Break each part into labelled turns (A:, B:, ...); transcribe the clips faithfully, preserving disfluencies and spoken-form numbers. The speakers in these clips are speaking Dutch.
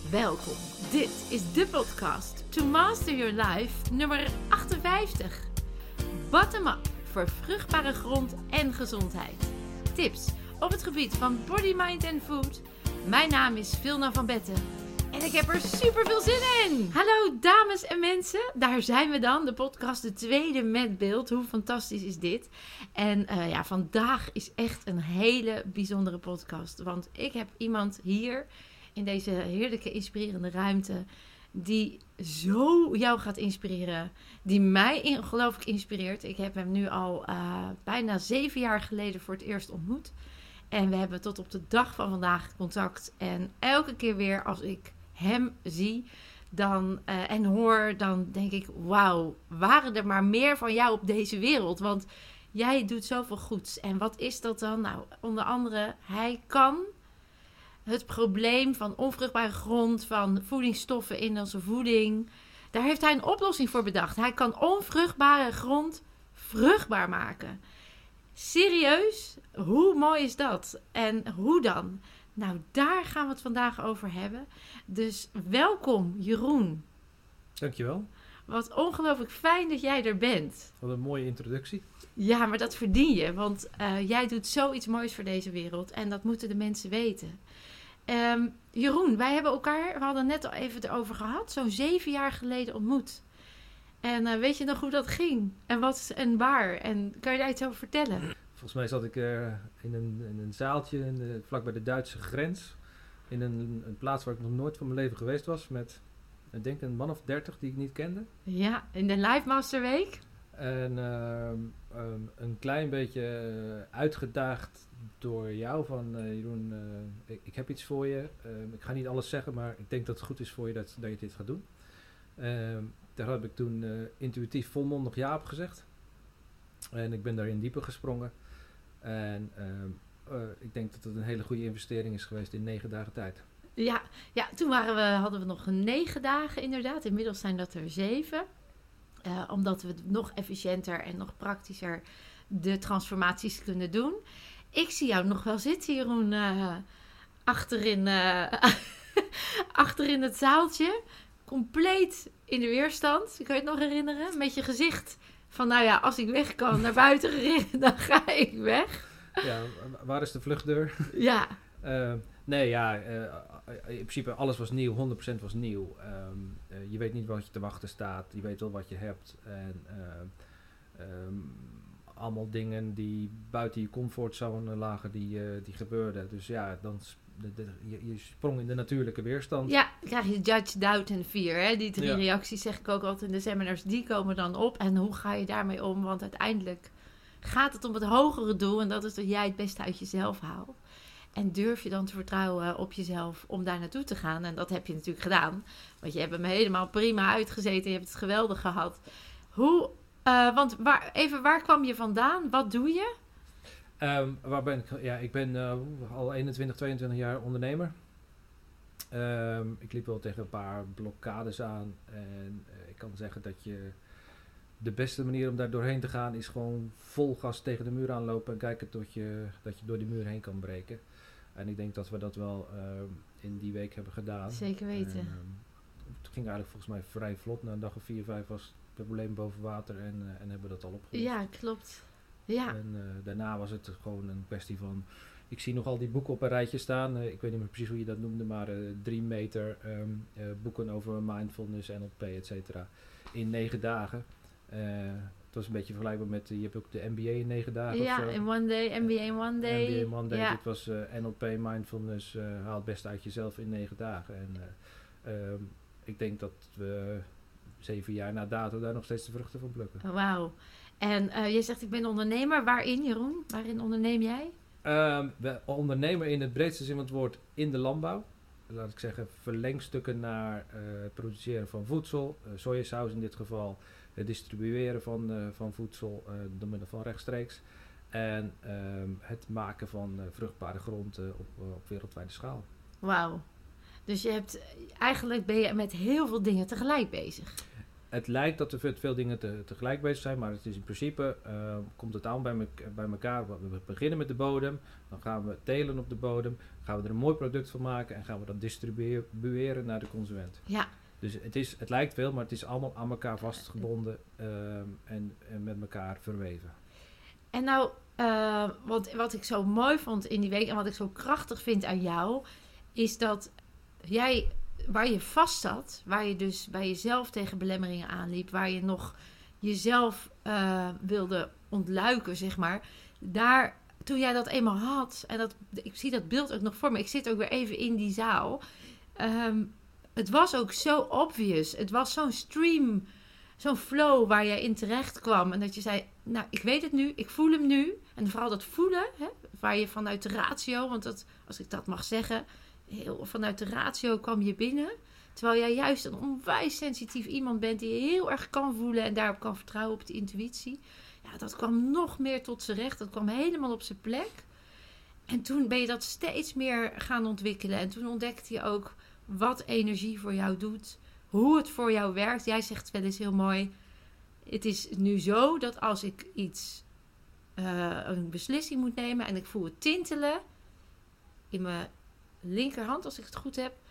A: Welkom, dit is de podcast To Master Your Life nummer achtenvijftig. Bottom up voor vruchtbare grond en gezondheid. Tips op het gebied van body, mind en food. Mijn naam is Vilna van Betten en ik heb er super veel zin in. Hallo dames en mensen, daar zijn we dan. De podcast, de tweede met beeld. Hoe fantastisch is dit? En uh, ja, vandaag is echt een hele bijzondere podcast. Want ik heb iemand hier in deze heerlijke, inspirerende ruimte die zo jou gaat inspireren. Die mij ongelooflijk inspireert. Ik heb hem nu al uh, bijna zeven jaar geleden voor het eerst ontmoet. En we hebben tot op de dag van vandaag contact. En elke keer weer als ik hem zie dan, uh, en hoor, dan denk ik, wauw, waren er maar meer van jou op deze wereld. Want jij doet zoveel goeds. En wat is dat dan? Nou, onder andere, hij kan het probleem van onvruchtbare grond, van voedingsstoffen in onze voeding, daar heeft hij een oplossing voor bedacht. Hij kan onvruchtbare grond vruchtbaar maken. Serieus? Hoe mooi is dat? En hoe dan? Nou, daar gaan we het vandaag over hebben. Dus welkom, Jeroen.
B: Dankjewel.
A: Wat ongelooflijk fijn dat jij er bent.
B: Wat een mooie introductie.
A: Ja, maar dat verdien je. Want uh, jij doet zoiets moois voor deze wereld. En dat moeten de mensen weten. Um, Jeroen, wij hebben elkaar, we hadden net al even erover gehad, zo'n zeven jaar geleden ontmoet. En uh, weet je nog hoe dat ging? En wat en waar? En kan je daar iets over vertellen?
B: Volgens mij zat ik uh, in, een, in een zaaltje in de, vlak bij de Duitse grens. In een, een plaats waar ik nog nooit van mijn leven geweest was. Met, ik denk, een man of dertig die ik niet kende.
A: Ja, in de Life Master Week.
B: En uh, um, een klein beetje uh, uitgedaagd door jou van uh, Jeroen, uh, ik, ik heb iets voor je. Uh, ik ga niet alles zeggen, maar ik denk dat het goed is voor je dat, dat je dit gaat doen. Uh, daar heb ik toen uh, intuïtief volmondig ja op gezegd. En ik ben daarin dieper gesprongen. En uh, uh, ik denk dat het een hele goede investering is geweest in negen dagen tijd.
A: Ja, ja toen waren we, hadden we nog negen dagen inderdaad. Inmiddels zijn dat er zeven. Uh, omdat we nog efficiënter en nog praktischer de transformaties kunnen doen. Ik zie jou nog wel zitten, Jeroen, uh, achterin, uh, achterin het zaaltje. Compleet in de weerstand. Kan je het nog herinneren? Met je gezicht van, nou ja, als ik weg kan, naar buiten gericht, dan ga ik weg.
B: Ja, waar is de vluchtdeur?
A: Ja.
B: Uh, nee, ja, uh, in principe alles was nieuw, honderd procent was nieuw. Um, uh, je weet niet wat je te wachten staat, je weet wel wat je hebt. En uh, um, allemaal dingen die buiten je comfortzone lagen, die, uh, die gebeurden. Dus ja, dan de, de, je, je sprong in de natuurlijke weerstand.
A: Ja, dan krijg je judge, doubt en fear. Hè? Die drie
B: ja.
A: reacties zeg ik ook altijd in de seminars, die komen dan op. En hoe ga je daarmee om? Want uiteindelijk gaat het om het hogere doel en dat is dat jij het beste uit jezelf haalt. En durf je dan te vertrouwen op jezelf om daar naartoe te gaan. En dat heb je natuurlijk gedaan. Want je hebt hem helemaal prima uitgezeten. Je hebt het geweldig gehad. Hoe, uh, want waar, even, waar kwam je vandaan? Wat doe je?
B: Um, waar ben ik? Ja, ik ben uh, al eenentwintig, tweeëntwintig jaar ondernemer. Um, ik liep wel tegen een paar blokkades aan. En uh, ik kan zeggen dat je de beste manier om daar doorheen te gaan is gewoon vol gas tegen de muur aanlopen en kijken tot je, dat je door die muur heen kan breken. En ik denk dat we dat wel uh, in die week hebben gedaan.
A: Zeker weten.
B: En, um, het ging eigenlijk volgens mij vrij vlot. Na een dag of vier, vijf was het probleem boven water en, uh, en hebben we dat al opgelost.
A: Ja, klopt. Ja.
B: En uh, daarna was het gewoon een kwestie van, ik zie nog al die boeken op een rijtje staan. Uh, ik weet niet meer precies hoe je dat noemde, maar uh, drie meter um, uh, boeken over mindfulness, N L P, et cetera. In negen dagen. Uh, het was een beetje vergelijkbaar met, uh, je hebt ook de M B A in negen dagen
A: Ja,
B: of zo.
A: in one day, M B A in one day.
B: M B A in one day,
A: ja.
B: dit was uh, N L P, mindfulness, uh, haal het beste uit jezelf in negen dagen. En uh, um, ik denk dat we zeven jaar na dato daar nog steeds de vruchten van plukken.
A: Wauw. En uh, je zegt ik ben ondernemer. Waarin, Jeroen? Waarin onderneem jij?
B: Um, we ondernemen in het breedste zin van het woord in de landbouw. Laat ik zeggen, verlengstukken naar uh, het produceren van voedsel, uh, sojasaus in dit geval, het distribueren van, uh, van voedsel uh, door middel van rechtstreeks en um, het maken van uh, vruchtbare grond uh, op, uh, op wereldwijde schaal.
A: Wauw. Dus je hebt, eigenlijk ben je met heel veel dingen tegelijk bezig.
B: het lijkt dat er veel dingen te, tegelijk bezig zijn, maar het is in principe, uh, komt het aan bij, me, bij elkaar. We beginnen met de bodem, dan gaan we telen op de bodem, gaan we er een mooi product van maken en gaan we dat distribueren naar de consument.
A: Ja.
B: Dus het, is, het lijkt veel, maar het is allemaal aan elkaar vastgebonden uh, en, en met elkaar verweven.
A: En nou, uh, wat, wat ik zo mooi vond in die week en wat ik zo krachtig vind aan jou, is dat jij, waar je vast zat, waar je dus bij jezelf tegen belemmeringen aanliep, waar je nog jezelf uh, wilde ontluiken, zeg maar, daar, toen jij dat eenmaal had, en dat, ik zie dat beeld ook nog voor me, ik zit ook weer even in die zaal, um, het was ook zo obvious, het was zo'n stream, zo'n flow waar jij in terecht kwam. En dat je zei, nou, ik weet het nu, ik voel hem nu. En vooral dat voelen, hè, waar je vanuit de ratio, want dat, als ik dat mag zeggen, heel, vanuit de ratio kwam je binnen. Terwijl jij juist een onwijs sensitief iemand bent die heel erg kan voelen en daarop kan vertrouwen op de intuïtie. Ja, dat kwam nog meer tot zijn recht. Dat kwam helemaal op zijn plek. En toen ben je dat steeds meer gaan ontwikkelen. En toen ontdekte je ook wat energie voor jou doet. Hoe het voor jou werkt. Jij zegt wel eens heel mooi. Het is nu zo dat als ik iets, uh, een beslissing moet nemen en ik voel het tintelen in mijn linkerhand, als ik het goed heb,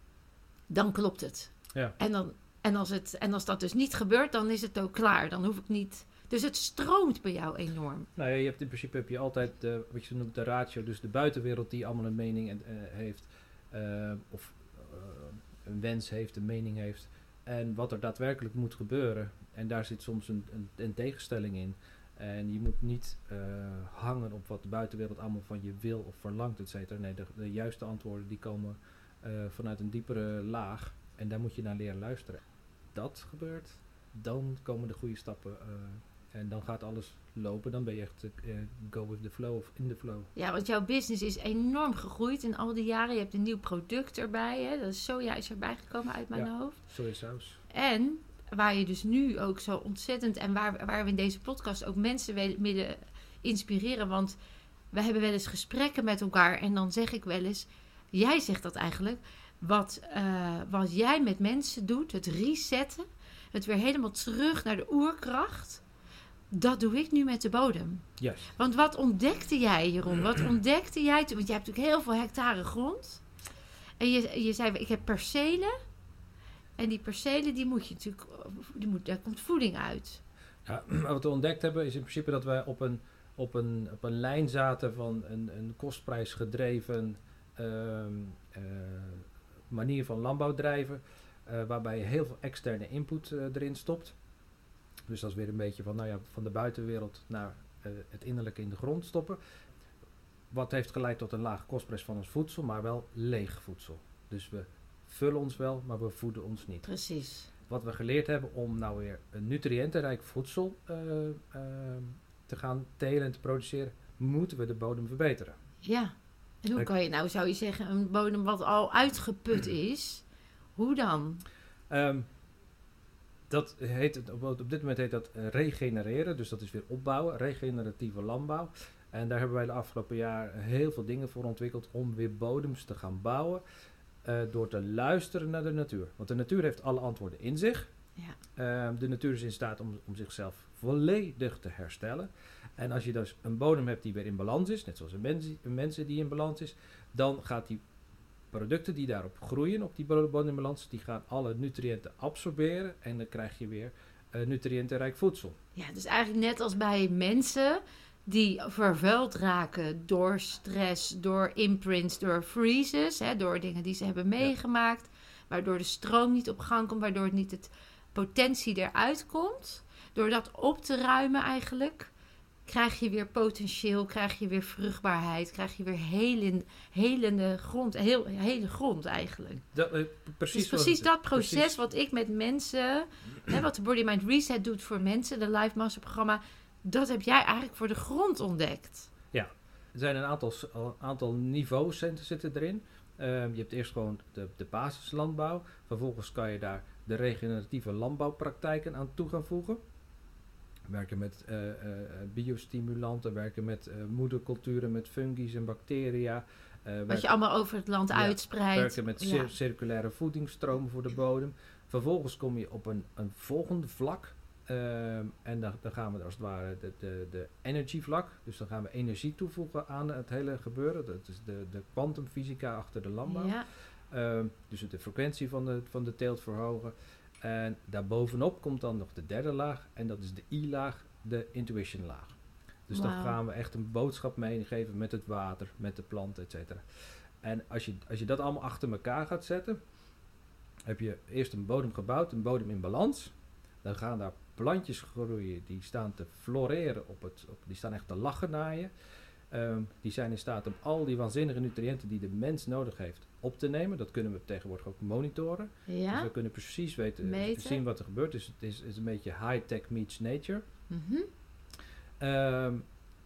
A: dan klopt het.
B: Ja.
A: En, dan, en, als het, en als dat dus niet gebeurt, dan is het ook klaar. Dan hoef ik niet. Dus het stroomt bij jou enorm.
B: Nou ja, je hebt in principe heb je altijd de, wat je noemt de ratio, dus de buitenwereld die allemaal een mening en, uh, heeft, uh, of uh, een wens heeft, een mening heeft, en wat er daadwerkelijk moet gebeuren. En daar zit soms een, een, een tegenstelling in. En je moet niet uh, hangen op wat de buitenwereld allemaal van je wil of verlangt, et cetera. Nee, de, de juiste antwoorden die komen uh, vanuit een diepere laag. En daar moet je naar leren luisteren. Dat gebeurt, dan komen de goede stappen. Uh, en dan gaat alles lopen. Dan ben je echt uh, go with the flow of in the flow.
A: Ja, want jouw business is enorm gegroeid in al die jaren. Je hebt een nieuw product erbij. Hè? Dat is soja is erbij gekomen uit mijn
B: ja,
A: hoofd.
B: Sojasaus.
A: En waar je dus nu ook zo ontzettend, en waar, waar we in deze podcast ook mensen willen inspireren. Want we hebben wel eens gesprekken met elkaar en dan zeg ik wel eens, jij zegt dat eigenlijk, wat, uh, wat jij met mensen doet, het resetten, het weer helemaal terug naar de oerkracht, dat doe ik nu met de bodem.
B: Yes.
A: Want wat ontdekte jij, Jeroen? Wat ontdekte jij toen? Want je hebt natuurlijk heel veel hectare grond. En je, je zei, ik heb percelen. En die percelen, die moet je natuurlijk, die moet, daar komt voeding uit.
B: Ja, wat we ontdekt hebben is in principe dat wij op een, op een, op een lijn zaten van een, een kostprijsgedreven uh, uh, manier van landbouw drijven. Uh, waarbij je heel veel externe input uh, erin stopt. Dus dat is weer een beetje van, nou ja, van de buitenwereld naar uh, het innerlijke in de grond stoppen. Wat heeft geleid tot een lage kostprijs van ons voedsel, maar wel leeg voedsel. Dus we vullen ons wel, maar we voeden ons niet.
A: Precies.
B: Wat we geleerd hebben om nou weer een nutriëntenrijk voedsel uh, uh, te gaan telen en te produceren, moeten we de bodem verbeteren.
A: Ja. En hoe kan je nou, zou je zeggen, een bodem wat al uitgeput is, hoe dan?
B: Um, dat heet het, op, op dit moment heet dat regenereren, dus dat is weer opbouwen, regeneratieve landbouw. En daar hebben wij de afgelopen jaar heel veel dingen voor ontwikkeld om weer bodems te gaan bouwen. Uh, door te luisteren naar de natuur. Want de natuur heeft alle antwoorden in zich. Ja. Uh, de natuur is in staat om, om zichzelf volledig te herstellen. En als je dus een bodem hebt die weer in balans is, net zoals een mens, een mensen die in balans is, dan gaat die producten die daarop groeien, op die bodem in balans, die gaan alle nutriënten absorberen en dan krijg je weer uh, nutriëntenrijk voedsel.
A: Ja, dus eigenlijk net als bij mensen die vervuild raken door stress, door imprints, door freezes, hè, door dingen die ze hebben meegemaakt, ja. Waardoor de stroom niet op gang komt, waardoor het niet het potentie eruit komt. Door dat op te ruimen eigenlijk, krijg je weer potentieel, krijg je weer vruchtbaarheid, krijg je weer helen, helende grond, heel, hele grond eigenlijk.
B: Dat, uh, precies
A: dus precies dat
B: het,
A: proces
B: precies.
A: wat ik met mensen, hè, wat de Body Mind Reset doet voor mensen, de Life Master programma, dat heb jij eigenlijk voor de grond ontdekt.
B: Ja, er zijn een aantal, een aantal niveaus zitten erin. Uh, je hebt eerst gewoon de, de basislandbouw. Vervolgens kan je daar de regeneratieve landbouwpraktijken aan toe gaan voegen. Werken met uh, uh, biostimulanten, werken met uh, moederculturen, met fungi's en bacteria. Uh,
A: Wat je allemaal over het land ja, uitspreidt.
B: Werken met cir- ja. circulaire voedingsstromen voor de bodem. Vervolgens kom je op een, een volgende vlak. Um, en dan, dan gaan we als het ware de, de, de energy vlak. Dus dan gaan we energie toevoegen aan het hele gebeuren. Dat is de, de kwantumfysica achter de landbouw.
A: Ja.
B: Um, dus de frequentie van de, van de teelt verhogen. En daarbovenop komt dan nog de derde laag. En dat is de I-laag, de intuition laag. Dus wow. Dan gaan we echt een boodschap meegeven met het water, met de planten, et cetera. En als je, als je dat allemaal achter elkaar gaat zetten, heb je eerst een bodem gebouwd, een bodem in balans. Dan gaan daar plantjes groeien, die staan te floreren, op het, op, die staan echt te lachen naar je. Um, die zijn in staat om al die waanzinnige nutriënten die de mens nodig heeft op te nemen. Dat kunnen we tegenwoordig ook monitoren.
A: Ja.
B: Dus we kunnen precies weten, Meten. zien wat er gebeurt. Dus het is, is een beetje high-tech meets nature.
A: Mm-hmm.
B: Um,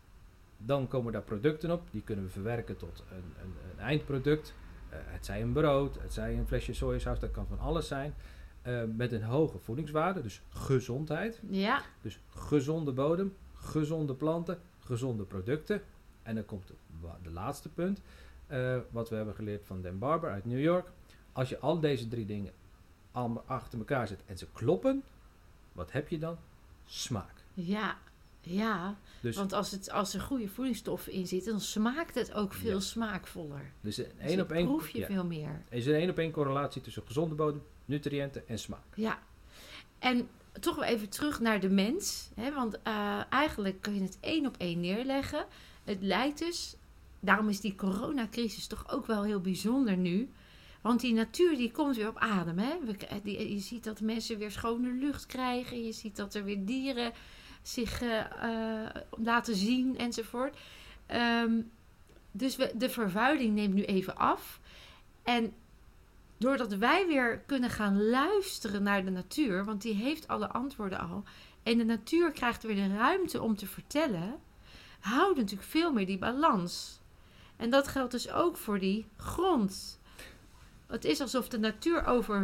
B: dan komen daar producten op. Die kunnen we verwerken tot een, een, een eindproduct. Uh, het zij een brood, het zij een flesje sojasaus, dat kan van alles zijn. Uh, met een hoge voedingswaarde, dus gezondheid.
A: Ja.
B: Dus gezonde bodem, gezonde planten, gezonde producten. En dan komt de, de laatste punt, uh, wat we hebben geleerd van Dan Barber uit New York. Als je al deze drie dingen allemaal achter elkaar zet en ze kloppen, wat heb je dan? Smaak.
A: Ja, ja. Dus want als, het, als er goede voedingsstoffen in zitten, dan smaakt het ook veel ja. smaakvoller.
B: Dus een
A: dus
B: één op één
A: proef je
B: ja.
A: veel meer.
B: Er is een één op één correlatie tussen gezonde bodem, nutriënten en smaak.
A: Ja. En toch wel even terug naar de mens. Hè, want uh, eigenlijk kun je het één op één neerleggen. Het lijkt dus, daarom is die coronacrisis toch ook wel heel bijzonder nu. Want die natuur die komt weer op adem. Hè? We, die, je ziet dat mensen weer schone lucht krijgen. Je ziet dat er weer dieren zich uh, uh, laten zien enzovoort. Um, dus we, de vervuiling neemt nu even af. En doordat wij weer kunnen gaan luisteren naar de natuur, want die heeft alle antwoorden al, en de natuur krijgt weer de ruimte om te vertellen, houdt natuurlijk veel meer die balans. En dat geldt dus ook voor die grond. Het is alsof de natuur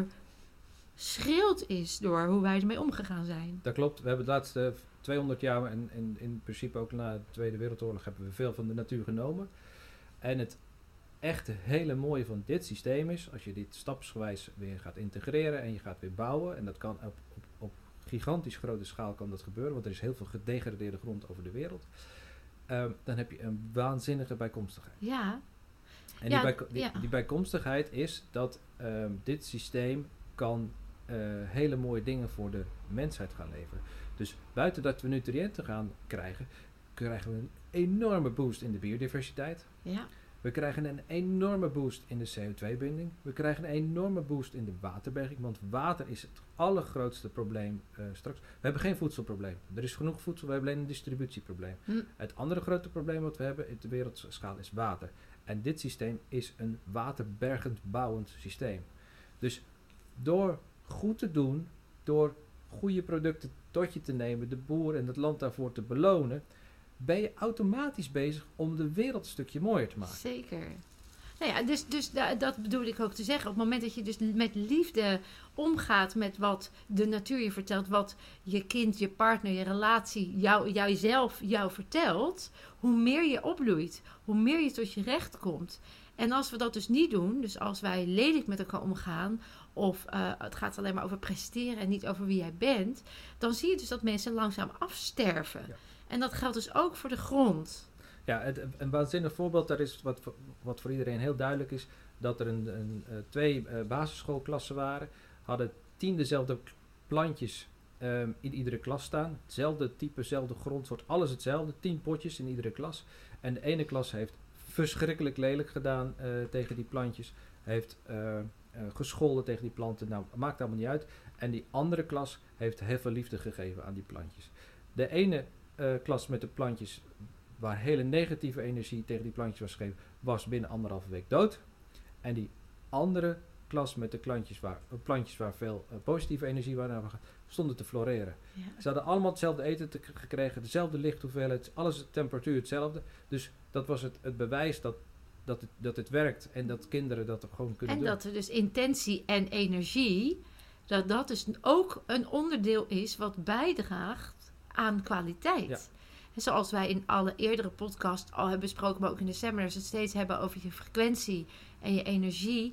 A: overschreeuwd is door hoe wij ermee omgegaan zijn.
B: Dat klopt. We hebben de laatste tweehonderd jaar en, en in principe ook na de Tweede Wereldoorlog hebben we veel van de natuur genomen. En het echt hele mooie van dit systeem is, als je dit stapsgewijs weer gaat integreren en je gaat weer bouwen, en dat kan op, op, op gigantisch grote schaal kan dat gebeuren, want er is heel veel gedegradeerde grond over de wereld, um, dan heb je een waanzinnige bijkomstigheid.
A: Ja.
B: En
A: ja,
B: die, bij, die,
A: ja.
B: die bijkomstigheid is dat um, dit systeem kan uh, hele mooie dingen voor de mensheid gaan leveren. Dus buiten dat we nutriënten gaan krijgen, krijgen we een enorme boost in de biodiversiteit.
A: Ja.
B: We krijgen een enorme boost in de C O twee binding. We krijgen een enorme boost in de waterberging. Want water is het allergrootste probleem uh, straks. We hebben geen voedselprobleem. Er is genoeg voedsel, we hebben alleen een distributieprobleem.
A: Hm.
B: Het andere grote probleem wat we hebben in de wereldschaal is water. En dit systeem is een waterbergend bouwend systeem. Dus door goed te doen, door goede producten tot je te nemen, de boer en het land daarvoor te belonen, ben je automatisch bezig om de wereld een stukje mooier te maken.
A: Zeker. Nou ja, dus, dus da, dat bedoel ik ook te zeggen. Op het moment dat je dus met liefde omgaat met wat de natuur je vertelt, wat je kind, je partner, je relatie, jou, jouzelf jou vertelt, hoe meer je opbloeit, hoe meer je tot je recht komt. En als we dat dus niet doen, dus als wij lelijk met elkaar omgaan, of uh, het gaat alleen maar over presteren en niet over wie jij bent, dan zie je dus dat mensen langzaam afsterven. Ja. En dat geldt dus ook voor de grond.
B: Ja, het, een waanzinnig voorbeeld daar is wat, wat voor iedereen heel duidelijk is, dat er een, een, uh, twee uh, basisschoolklassen waren, hadden tien dezelfde plantjes um, in iedere klas staan. Hetzelfde type, hetzelfde grondsoort, alles hetzelfde. Tien potjes in iedere klas. En de ene klas heeft verschrikkelijk lelijk gedaan uh, tegen die plantjes. Heeft uh, uh, gescholden tegen die planten. Nou, maakt allemaal niet uit. En die andere klas heeft heel veel liefde gegeven aan die plantjes. De ene uh, klas met de plantjes waar hele negatieve energie tegen die plantjes was gegeven, was binnen anderhalve week dood. En die andere klas met de plantjes waar, uh, plantjes waar veel uh, positieve energie waren, stonden te floreren.
A: Ja.
B: Ze hadden allemaal hetzelfde eten te k- gekregen, dezelfde lichthoeveelheid, alles de temperatuur hetzelfde. Dus dat was het, het bewijs dat, dat, het, dat het werkt en dat kinderen dat gewoon kunnen
A: en
B: doen.
A: En dat er dus intentie en energie, dat dat dus ook een onderdeel is wat bijdraagt aan kwaliteit.
B: Ja.
A: En zoals wij in alle eerdere podcasts al hebben besproken, maar ook in de seminars het steeds hebben over je frequentie en je energie.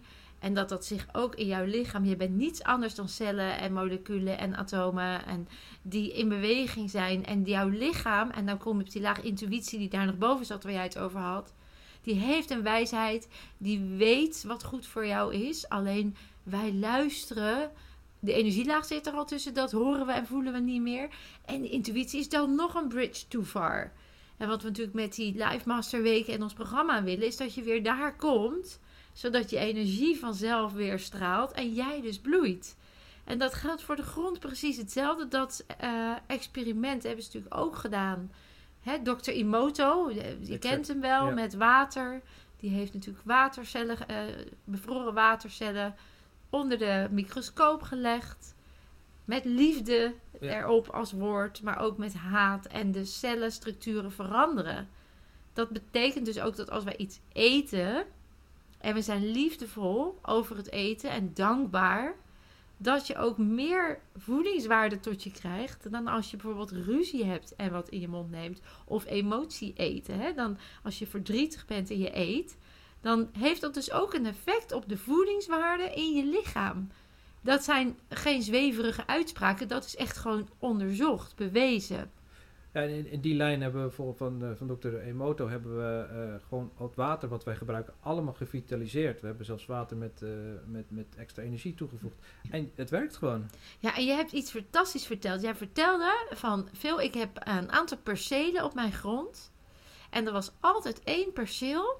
A: En dat dat zich ook in jouw lichaam... Je bent niets anders dan cellen en moleculen en atomen... en die in beweging zijn. En jouw lichaam... En dan kom je op die laag intuïtie die daar nog boven zat... waar jij het over had. Die heeft een wijsheid. Die weet wat goed voor jou is. Alleen wij luisteren... De energielaag zit er al tussen. Dat horen we en voelen we niet meer. En de intuïtie is dan nog een bridge too far. En wat we natuurlijk met die Live Master Weken en ons programma willen... is dat je weer daar komt... zodat je energie vanzelf weer straalt en jij dus bloeit. En dat geldt voor de grond precies hetzelfde. Dat uh, experiment hebben ze natuurlijk ook gedaan. Hè, dokter Emoto, je exact. Kent hem wel, ja. Met water. Die heeft natuurlijk watercellen, uh, bevroren watercellen onder de microscoop gelegd. Met liefde ja. erop als woord, maar ook met haat. En de cellenstructuren veranderen. Dat betekent dus ook dat als wij iets eten... en we zijn liefdevol over het eten en dankbaar... dat je ook meer voedingswaarde tot je krijgt... dan als je bijvoorbeeld ruzie hebt en wat in je mond neemt. Of emotie eten. Hè? Dan als je verdrietig bent en je eet... dan heeft dat dus ook een effect op de voedingswaarde in je lichaam. Dat zijn geen zweverige uitspraken. Dat is echt gewoon onderzocht, bewezen.
B: Ja, in, in die lijn hebben we bijvoorbeeld van, uh, van dokter Emoto... hebben we uh, gewoon het water wat wij gebruiken allemaal gevitaliseerd. We hebben zelfs water met, uh, met, met extra energie toegevoegd. En het werkt gewoon.
A: Ja, en je hebt iets fantastisch verteld. Jij vertelde van... Phil, ik heb een aantal percelen op mijn grond. En er was altijd één perceel...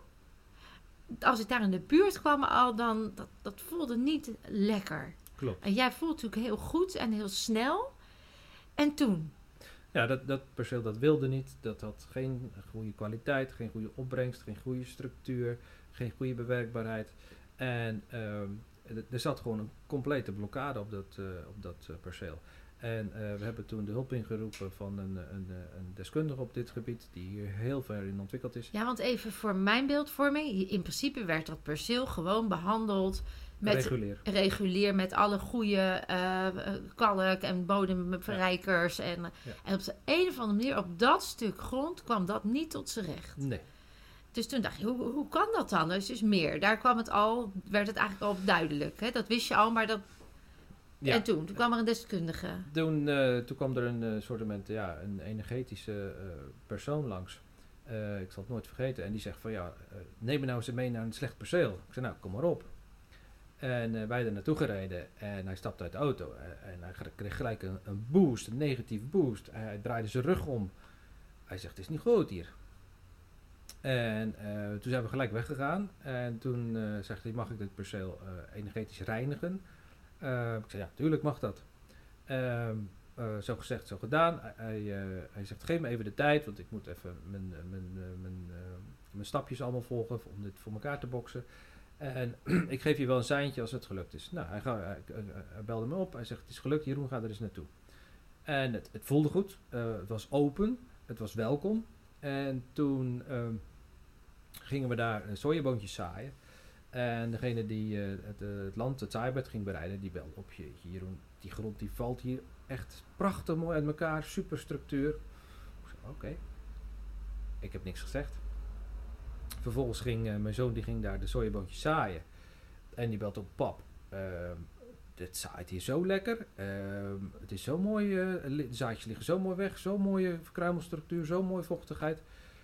A: Als ik daar in de buurt kwam al, dan... Dat, dat voelde niet lekker.
B: Klopt.
A: En jij voelt natuurlijk heel goed en heel snel. En toen...
B: Ja, dat, dat perceel dat wilde niet. Dat had geen goede kwaliteit, geen goede opbrengst, geen goede structuur, geen goede bewerkbaarheid. En uh, er zat gewoon een complete blokkade op dat, uh, op dat uh, perceel. En uh, we hebben toen de hulp ingeroepen van een, een, een deskundige op dit gebied, die hier heel ver in ontwikkeld is.
A: Ja, want even voor mijn beeldvorming. In principe werd dat perceel gewoon behandeld... Met
B: regulier.
A: regulier met alle goede uh, kalk en bodemverrijkers. Ja. En, ja. en op de een of andere manier, op dat stuk grond, kwam dat niet tot z'n recht.
B: Nee.
A: Dus toen dacht je, hoe, hoe kan dat dan? Dus, dus meer. Daar kwam het al, werd het eigenlijk al duidelijk. Hè? Dat wist je al, maar dat... Ja. En toen? Toen kwam er een deskundige.
B: Toen, uh, toen kwam er een uh, soort ja, een energetische uh, persoon langs. Uh, ik zal het nooit vergeten. En die zegt van ja, uh, neem me nou eens mee naar een slecht perceel. Ik zei nou, kom maar op. En uh, wij er naartoe gereden en hij stapte uit de auto uh, en hij kreeg gelijk een, een boost, een negatieve boost. Hij, hij draaide zijn rug om. Hij zegt, het is niet goed hier. En uh, toen zijn we gelijk weggegaan en toen uh, zegt hij, mag ik dit perceel uh, energetisch reinigen? Uh, ik zei, ja, tuurlijk mag dat. Uh, uh, zo gezegd, zo gedaan. Hij, uh, hij zegt, geef me even de tijd, want ik moet even mijn, uh, mijn, uh, mijn, uh, mijn stapjes allemaal volgen om dit voor elkaar te boksen. En ik geef je wel een seintje als het gelukt is. Nou, hij, ga, hij, hij belde me op. Hij zegt, het is gelukt, Jeroen, ga er eens naartoe. En het, het voelde goed. Uh, het was open. Het was welkom. En toen uh, gingen we daar sojaboontjes zaaien. En degene die uh, het, uh, het land, het zaaibed ging bereiden, die belde op. Je, Jeroen, die grond die valt hier echt prachtig mooi uit elkaar. Super structuur. Ik zei, oké. Okay. Ik heb niks gezegd. Vervolgens ging uh, mijn zoon die ging daar de sojaboontjes zaaien. En die belt op, pap, uh, het zaait hier zo lekker. Uh, het is zo mooi, uh, de zaadjes liggen zo mooi weg. Zo'n mooie verkruimelstructuur, zo'n mooie vochtigheid.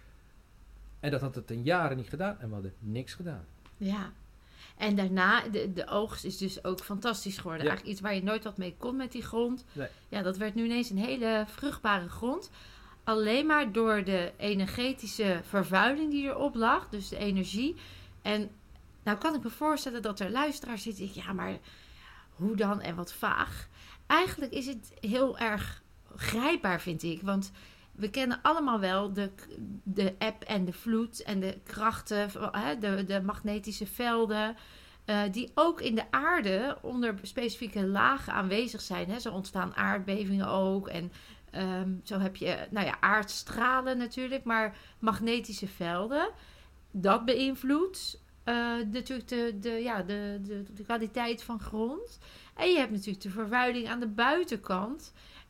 B: En dat had het een jaren niet gedaan en we hadden niks gedaan.
A: Ja, en daarna, de, de oogst is dus ook fantastisch geworden. Ja. Eigenlijk iets waar je nooit wat mee kon met die grond.
B: Nee.
A: Ja, dat werd nu ineens een hele vruchtbare grond. Alleen maar door de energetische vervuiling die erop lag. Dus de energie. En nou kan ik me voorstellen dat er luisteraars zitten. Ja, maar hoe dan en wat vaag. Eigenlijk is het heel erg grijpbaar, vind ik. Want we kennen allemaal wel de, de eb en de vloed en de krachten, de, de magnetische velden. Uh, die ook in de aarde onder specifieke lagen aanwezig zijn. Hè. Zo ontstaan aardbevingen ook. En um, zo heb je nou ja, aardstralen natuurlijk. Maar magnetische velden. Dat beïnvloedt uh, natuurlijk de, de, ja, de, de, de kwaliteit van grond. En je hebt natuurlijk de vervuiling aan de buitenkant.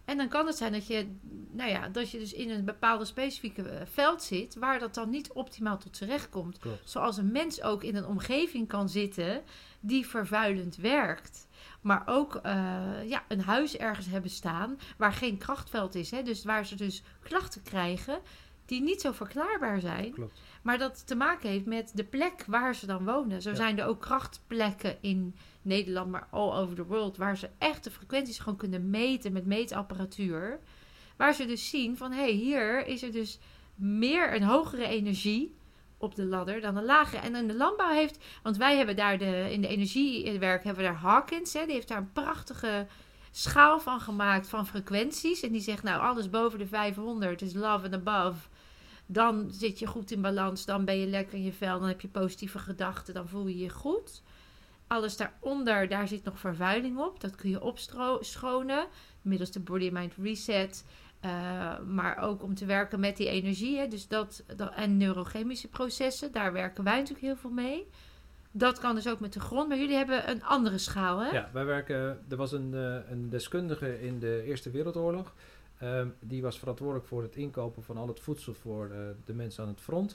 A: En dan kan het zijn dat je, nou ja, dat je dus in een bepaalde specifieke uh, veld zit, waar dat dan niet optimaal tot z'n recht komt.
B: Klopt.
A: Zoals een mens ook in een omgeving kan zitten die vervuilend werkt. Maar ook uh, ja, een huis ergens hebben staan waar geen krachtveld is. Hè? Dus waar ze dus klachten krijgen die niet zo verklaarbaar zijn.
B: Klopt.
A: Maar dat te maken heeft met de plek waar ze dan wonen. Zo ja. zijn er ook krachtplekken in Nederland, maar all over the world, waar ze echt de frequenties gewoon kunnen meten met meetapparatuur. Waar ze dus zien van, hé, hey, hier is er dus meer een hogere energie op de ladder dan een lagere. En in de landbouw heeft, want wij hebben daar de, in de energiewerk hebben we daar Hawkins, hè, die heeft daar een prachtige schaal van gemaakt van frequenties. En die zegt, nou, alles boven de vijfhonderd is love and above. Dan zit je goed in balans, dan ben je lekker in je vel, dan heb je positieve gedachten, dan voel je je goed. Alles daaronder, daar zit nog vervuiling op. Dat kun je opschonen middels de Body Mind Reset. Uh, maar ook om te werken met die energie. Hè. Dus dat, dat, en neurochemische processen, daar werken wij natuurlijk heel veel mee. Dat kan dus ook met de grond. Maar jullie hebben een andere schaal, hè?
B: Ja, wij werken... Er was een, uh, een deskundige in de Eerste Wereldoorlog. Um, die was verantwoordelijk voor het inkopen van al het voedsel voor uh, de mensen aan het front.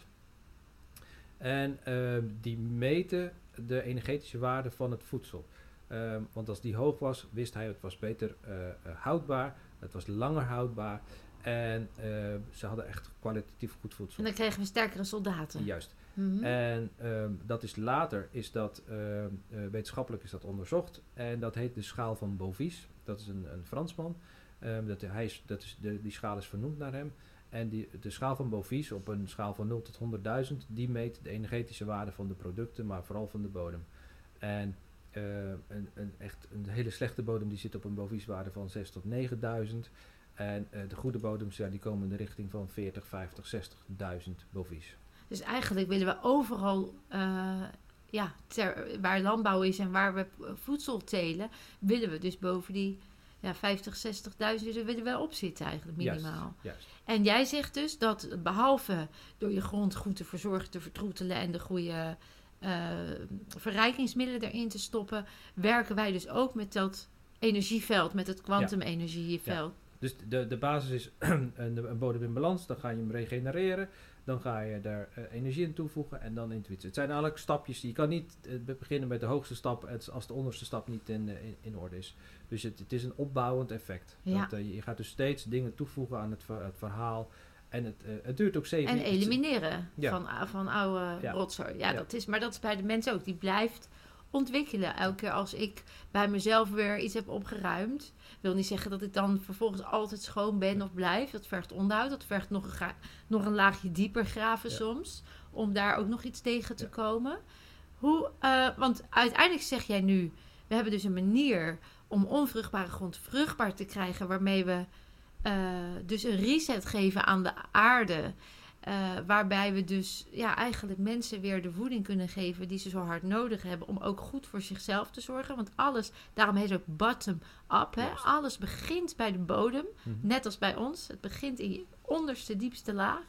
B: En uh, die meten de energetische waarde van het voedsel. Um, want als die hoog was, wist hij het was beter uh, uh, houdbaar. Het was langer houdbaar. En uh, ze hadden echt kwalitatief goed voedsel.
A: En dan kregen we sterkere soldaten.
B: Juist.
A: Mm-hmm.
B: En um, dat is later, is dat, uh, uh, wetenschappelijk is dat onderzocht. En dat heet de schaal van Bovis. Dat is een, een Fransman. Um, dat, hij is, dat is de, die schaal is vernoemd naar hem. En die, de schaal van Bovis op een schaal van nul tot honderdduizend, die meet de energetische waarde van de producten, maar vooral van de bodem. En uh, een, een, echt een hele slechte bodem die zit op een Bovis-waarde van zes tot negenduizend. En uh, de goede bodems, ja, die komen in de richting van veertig, vijftig, zestigduizend Bovis.
A: Dus eigenlijk willen we overal, uh, ja, ter, waar landbouw is en waar we voedsel telen, willen we dus boven die ja, vijftig, zestigduizend, dus daar willen we wel op zitten eigenlijk minimaal.
B: Juist, juist.
A: En jij zegt dus dat behalve door je grond goed te verzorgen, te vertroetelen en de goede uh, verrijkingsmiddelen erin te stoppen, werken wij dus ook met dat energieveld, met het kwantumenergieveld. Ja.
B: Dus de, de basis is een, een bodem in balans, dan ga je hem regenereren, dan ga je daar uh, energie in toevoegen en dan intuïtie. Het zijn eigenlijk stapjes, je kan niet uh, beginnen met de hoogste stap als de onderste stap niet in, uh, in, in orde is. Dus het, het is een opbouwend effect.
A: Ja.
B: Dat, uh, je gaat dus steeds dingen toevoegen aan het, ver, het verhaal en het, uh, het duurt ook zeven
A: En elimineren
B: ja.
A: van, van oude
B: ja.
A: rotzooi. Ja,
B: ja.
A: dat is, maar dat is bij de mensen ook, die blijft ontwikkelen. Elke keer als ik bij mezelf weer iets heb opgeruimd, wil niet zeggen dat ik dan vervolgens altijd schoon ben of blijf. Dat vergt onderhoud. Dat vergt nog een, gra- nog een laagje dieper graven ja. soms. Om daar ook nog iets tegen te ja. komen. Hoe, uh, want uiteindelijk zeg jij nu, we hebben dus een manier om onvruchtbare grond vruchtbaar te krijgen, waarmee we uh, dus een reset geven aan de aarde. Uh, waarbij we dus ja, eigenlijk mensen weer de voeding kunnen geven die ze zo hard nodig hebben om ook goed voor zichzelf te zorgen. Want alles, daarom heet het ook bottom-up. Hè? Alles begint bij de bodem, mm-hmm. net als bij ons. Het begint in je onderste, diepste laag.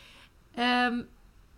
A: Um,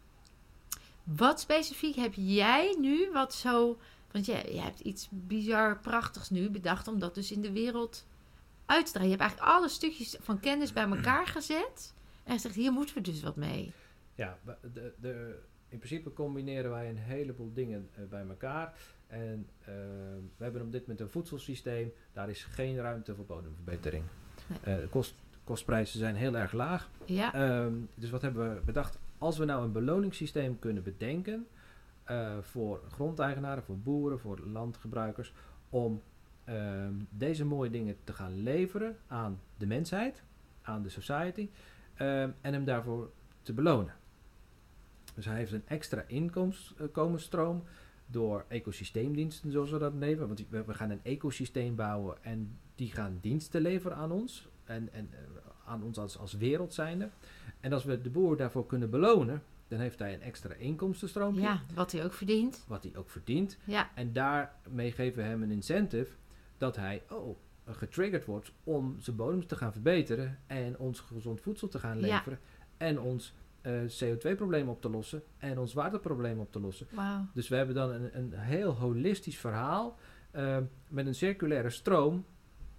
A: wat specifiek heb jij nu wat zo... Want jij, jij hebt iets bizar prachtigs nu bedacht om dat dus in de wereld uit te dragen. Je hebt eigenlijk alle stukjes van kennis bij elkaar gezet. En zegt, hier moeten we dus wat mee.
B: Ja, de, de, in principe combineren wij een heleboel dingen uh, bij elkaar. En uh, we hebben op dit moment een voedselsysteem. Daar is geen ruimte voor bodemverbetering. Nee. Uh, de kost, kostprijzen zijn heel erg laag.
A: Ja.
B: Um, dus wat hebben we bedacht? Als we nou een beloningssysteem kunnen bedenken uh, voor grondeigenaren, voor boeren, voor landgebruikers, om um, deze mooie dingen te gaan leveren aan de mensheid, aan de society, um, en hem daarvoor te belonen. Dus hij heeft een extra inkomensstroom door ecosysteemdiensten, zoals we dat nemen. Want we, we gaan een ecosysteem bouwen en die gaan diensten leveren aan ons. En, en uh, aan ons als, als wereld zijnde. En als we de boer daarvoor kunnen belonen, dan heeft hij een extra inkomstenstroompje.
A: Ja, wat hij ook verdient.
B: Wat hij ook verdient.
A: Ja.
B: En daarmee geven we hem een incentive dat hij oh, getriggerd wordt om zijn bodems te gaan verbeteren en ons gezond voedsel te gaan leveren. Ja. En ons uh, C O twee probleem op te lossen en ons waterprobleem op te lossen.
A: Wow.
B: Dus we hebben dan een, een heel holistisch verhaal uh, met een circulaire stroom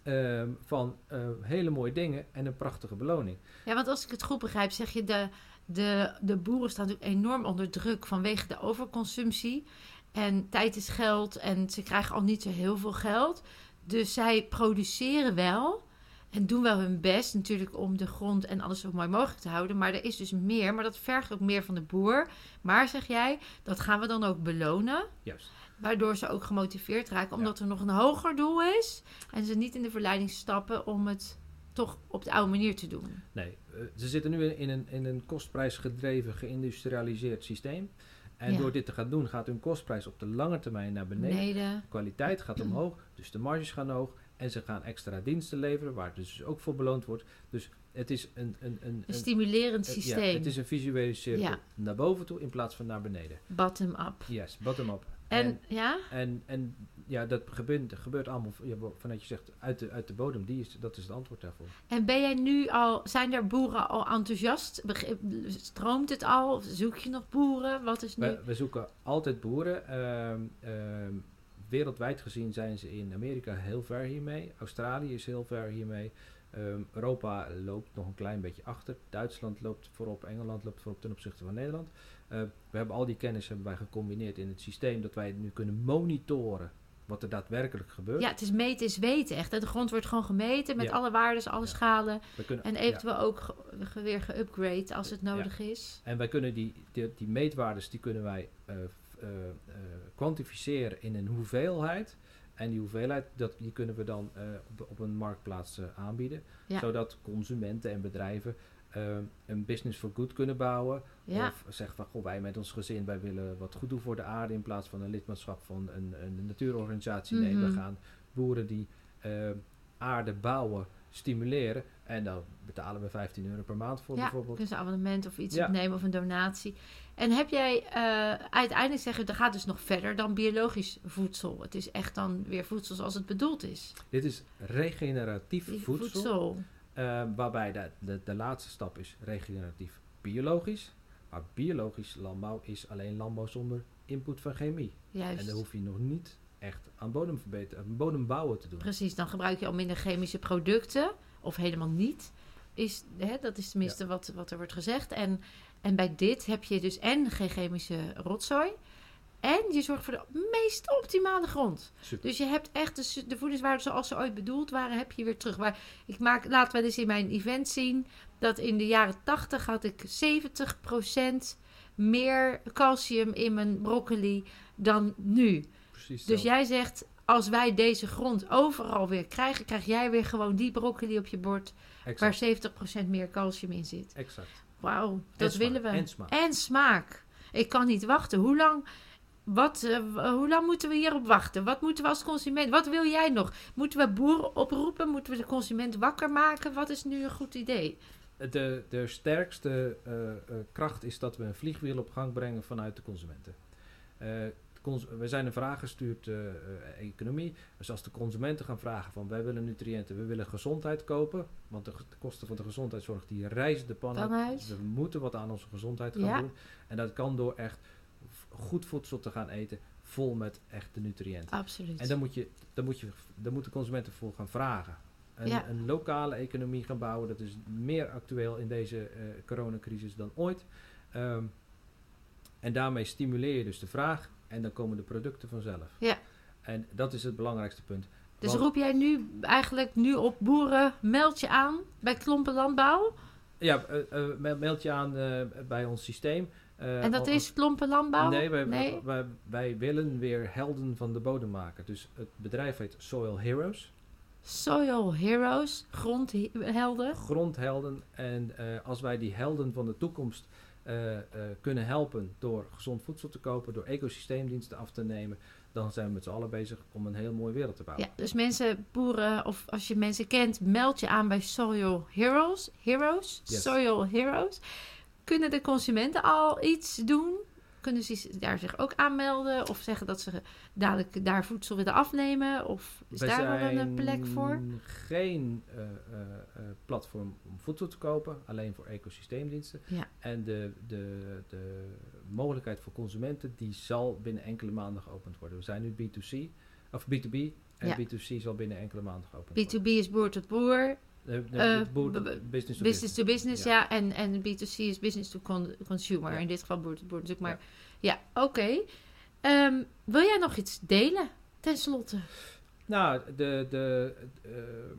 B: uh, van uh, hele mooie dingen en een prachtige beloning.
A: Ja, want als ik het goed begrijp, zeg je de, de, de boeren staan natuurlijk enorm onder druk vanwege de overconsumptie. En tijd is geld en ze krijgen al niet zo heel veel geld. Dus zij produceren wel en doen wel hun best natuurlijk om de grond en alles zo mooi mogelijk te houden. Maar er is dus meer, maar dat vergt ook meer van de boer. Maar zeg jij, dat gaan we dan ook belonen.
B: Juist.
A: Waardoor ze ook gemotiveerd raken, omdat
B: ja.
A: er nog een hoger doel is. En ze niet in de verleiding stappen om het toch op de oude manier te doen.
B: Nee, uh, ze zitten nu in, in, een, in een kostprijsgedreven, geïndustrialiseerd systeem. En ja. door dit te gaan doen, gaat hun kostprijs op de lange termijn naar beneden. beneden. De kwaliteit gaat omhoog, dus de marges gaan hoog. En ze gaan extra diensten leveren, waar dus ook voor beloond wordt. Dus het is een... Een, een,
A: een stimulerend
B: een,
A: systeem.
B: Ja, het is een visuele cirkel. Ja. Naar boven toe in plaats van naar beneden.
A: Bottom-up.
B: Yes, bottom-up.
A: En, en, ja?
B: En, en ja, dat gebeurt, gebeurt allemaal, ja, vanuit je zegt, uit de, uit de bodem. Die is, dat is het antwoord daarvoor.
A: En ben jij nu al, zijn er boeren al enthousiast? Stroomt het al? Zoek je nog boeren? Wat is nu?
B: We, we zoeken altijd boeren. Um, um, wereldwijd gezien zijn ze in Amerika heel ver hiermee. Australië is heel ver hiermee. Um, Europa loopt nog een klein beetje achter. Duitsland loopt voorop. Engeland loopt voorop ten opzichte van Nederland. Uh, we hebben al die kennis hebben wij gecombineerd in het systeem dat wij nu kunnen monitoren wat er daadwerkelijk gebeurt.
A: Ja, het is meten is weten echt. De grond wordt gewoon gemeten met ja. alle waarden, alle ja. schalen. Kunnen, en eventueel ja. ook ge, ge, weer geupgrade als het nodig ja. is.
B: En wij kunnen die, die, die meetwaardes, die kunnen wij uh, uh, uh, kwantificeren in een hoeveelheid. En die hoeveelheid, dat, die kunnen we dan uh, op, op een marktplaats uh, aanbieden. Ja. Zodat consumenten en bedrijven uh, een business for good kunnen bouwen. Ja. Of zeggen van, goh, wij met ons gezin, wij willen wat goed doen voor de aarde in plaats van een lidmaatschap van een, een natuurorganisatie. Mm-hmm. Nee, we gaan boeren die uh, aarde bouwen stimuleren. En dan betalen we vijftien euro per maand voor
A: ja,
B: bijvoorbeeld.
A: Dus een abonnement of iets ja. opnemen of een donatie. En heb jij uh, uiteindelijk zeggen, dat gaat dus nog verder dan biologisch voedsel. Het is echt dan weer voedsel zoals het bedoeld is.
B: Dit is regeneratief
A: Die
B: voedsel.
A: voedsel.
B: Uh, waarbij de, de, de laatste stap is regeneratief biologisch. Maar biologisch landbouw is alleen landbouw zonder input van chemie.
A: Juist.
B: En dan hoef je nog niet echt aan bodemverbeteren, bodembouwen te doen.
A: Precies, dan gebruik je al minder chemische producten. Of helemaal niet. Is, hè, dat is tenminste ja. wat, wat er wordt gezegd. En, en bij dit heb je dus en geen chemische rotzooi. En je zorgt voor de meest optimale grond.
B: Super.
A: Dus je hebt echt de, de voedingswaarden zoals ze ooit bedoeld waren, heb je weer terug. Maar ik maak, laten we dus in mijn event zien dat in de jaren tachtig had ik zeventig procent meer calcium in mijn broccoli dan nu.
B: Precies
A: dus
B: zo.
A: Jij zegt, als wij deze grond overal weer krijgen, krijg jij weer gewoon die broccoli op je bord. Exact. Waar zeventig procent meer calcium in zit.
B: Exact.
A: Wauw, dat
B: smaak.
A: willen we.
B: En smaak.
A: En smaak. Ik kan niet wachten. Hoe lang... Wat, uh, hoe lang moeten we hierop wachten? Wat moeten we als consument? Wat wil jij nog? Moeten we boeren oproepen? Moeten we de consument wakker maken? Wat is nu een goed idee?
B: De, de sterkste uh, uh, kracht is dat we een vliegwiel op gang brengen vanuit de consumenten. Uh, cons- we zijn een vraaggestuurd uh, uh, economie. Dus als de consumenten gaan vragen van wij willen nutriënten, we willen gezondheid kopen. Want de, de kosten van de gezondheidszorg die reizen de pan uit. Dus we moeten wat aan onze gezondheid gaan ja. doen. En dat kan door echt goed voedsel te gaan eten, vol met echte nutriënten.
A: Absoluut.
B: En dan moet je, dan moet je, dan moeten consumenten voor gaan vragen. Een, ja. een lokale economie gaan bouwen, dat is meer actueel in deze uh, coronacrisis dan ooit. Um, en daarmee stimuleer je dus de vraag en dan komen de producten vanzelf.
A: Ja.
B: En dat is het belangrijkste punt.
A: Dus
B: Want,
A: roep jij nu eigenlijk nu op boeren, meld je aan bij Klompen Landbouw?
B: Ja, uh, uh, meld je aan uh, bij ons systeem. Uh,
A: en dat is Klompen Landbouw?
B: Nee, wij, nee? Wij, wij willen weer helden van de bodem maken. Dus het bedrijf heet Soil Heroes.
A: Soil Heroes, grondhelden.
B: Grondhelden. En uh, als wij die helden van de toekomst uh, uh, kunnen helpen door gezond voedsel te kopen, door ecosysteemdiensten af te nemen, dan zijn we met z'n allen bezig om een heel mooie wereld te bouwen.
A: Ja, dus mensen, boeren, of als je mensen kent, meld je aan bij Soil Heroes. Heroes?
B: Yes.
A: Soil Heroes. Kunnen de consumenten al iets doen? Kunnen ze daar zich ook aanmelden? Of zeggen dat ze dadelijk daar voedsel willen afnemen? Of is
B: Wij
A: daar wel een plek voor?
B: Geen uh, uh, uh, platform om voedsel te kopen. Alleen voor ecosysteemdiensten.
A: Ja.
B: En de, de, de mogelijkheid voor consumenten, die zal binnen enkele maanden geopend worden. We zijn nu B twee C. Of B twee B. En
A: Ja.
B: B twee C is al binnen enkele maanden geopend.
A: B twee B is boer tot boer.
B: De, de,
A: Uh,
B: de boer-
A: b- b-
B: business to
A: Business to business, ja.
B: Ja.
A: En, en B twee C is business to con- consumer.
B: Ja.
A: In dit geval boer tot boer natuurlijk. Maar ja, oké. Ehm, wil jij nog iets delen? Ten slotte.
B: Nou, de, de, ehm,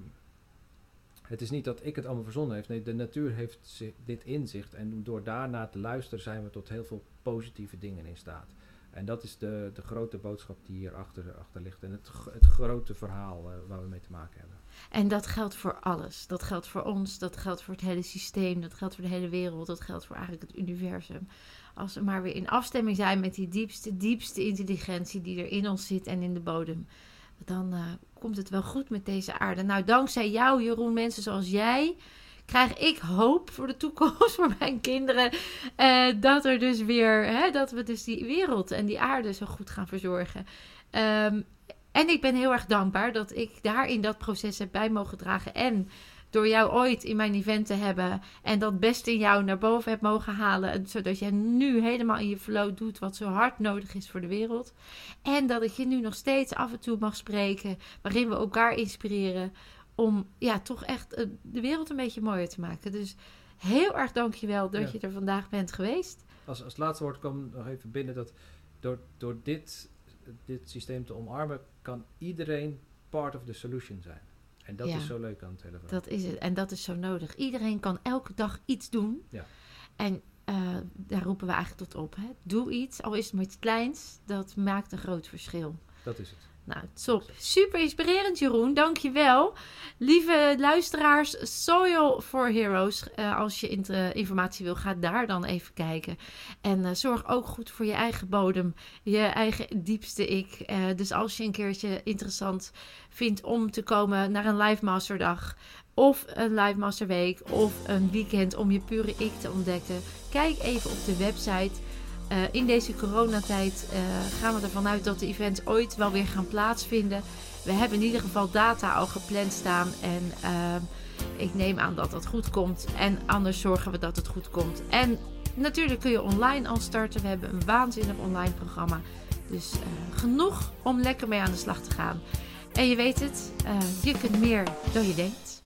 B: het is niet dat ik het allemaal verzonnen heb. Nee, de natuur heeft zi- dit inzicht. En door daarna te luisteren zijn we tot heel veel positieve dingen in staat. En dat is de, de grote boodschap die hierachter achter ligt. En het, g- het grote verhaal eh, waar we mee te maken hebben.
A: En dat geldt voor alles. Dat geldt voor ons, dat geldt voor het hele systeem, dat geldt voor de hele wereld, dat geldt voor eigenlijk het universum. Als we maar weer in afstemming zijn met die diepste, diepste intelligentie die er in ons zit en in de bodem, dan uh, komt het wel goed met deze aarde. Nou, dankzij jou, Jeroen, mensen zoals jij, krijg ik hoop voor de toekomst, voor mijn kinderen. Uh, dat er dus weer, hè, dat we dus die wereld en die aarde zo goed gaan verzorgen. Um, En ik ben heel erg dankbaar dat ik daarin dat proces heb bij mogen dragen. En door jou ooit in mijn event te hebben en dat best in jou naar boven heb mogen halen. En zodat jij nu helemaal in je flow doet wat zo hard nodig is voor de wereld. En dat ik je nu nog steeds af en toe mag spreken, waarin we elkaar inspireren om ja, toch echt uh, de wereld een beetje mooier te maken. Dus heel erg dankjewel dat
B: Ja.
A: je er vandaag bent geweest.
B: Als, als laatste woord kwam nog even binnen dat door, door dit, dit systeem te omarmen, kan iedereen part of the solution zijn. En dat
A: Ja.
B: is zo leuk aan het hele verhaal.
A: Dat is het. En dat is zo nodig. Iedereen kan elke dag iets doen.
B: Ja.
A: En uh, daar roepen we eigenlijk tot op. Hè? Doe iets, al is het maar iets kleins. Dat maakt een groot verschil.
B: Dat is het.
A: Nou, top. Super inspirerend, Jeroen. Dankjewel. Lieve luisteraars, Soil for Heroes. Uh, als je int- uh, informatie wil, ga daar dan even kijken. En uh, zorg ook goed voor je eigen bodem. Je eigen diepste ik. Uh, dus als je een keertje interessant vindt om te komen naar een live masterdag, of een live masterweek, of een weekend om je pure ik te ontdekken, kijk even op de website. Uh, in deze coronatijd uh, gaan we ervan uit dat de events ooit wel weer gaan plaatsvinden. We hebben in ieder geval data al gepland staan. En uh, ik neem aan dat dat goed komt. En anders zorgen we dat het goed komt. En natuurlijk kun je online al starten. We hebben een waanzinnig online programma. Dus uh, genoeg om lekker mee aan de slag te gaan. En je weet het, uh, je kunt meer dan je denkt.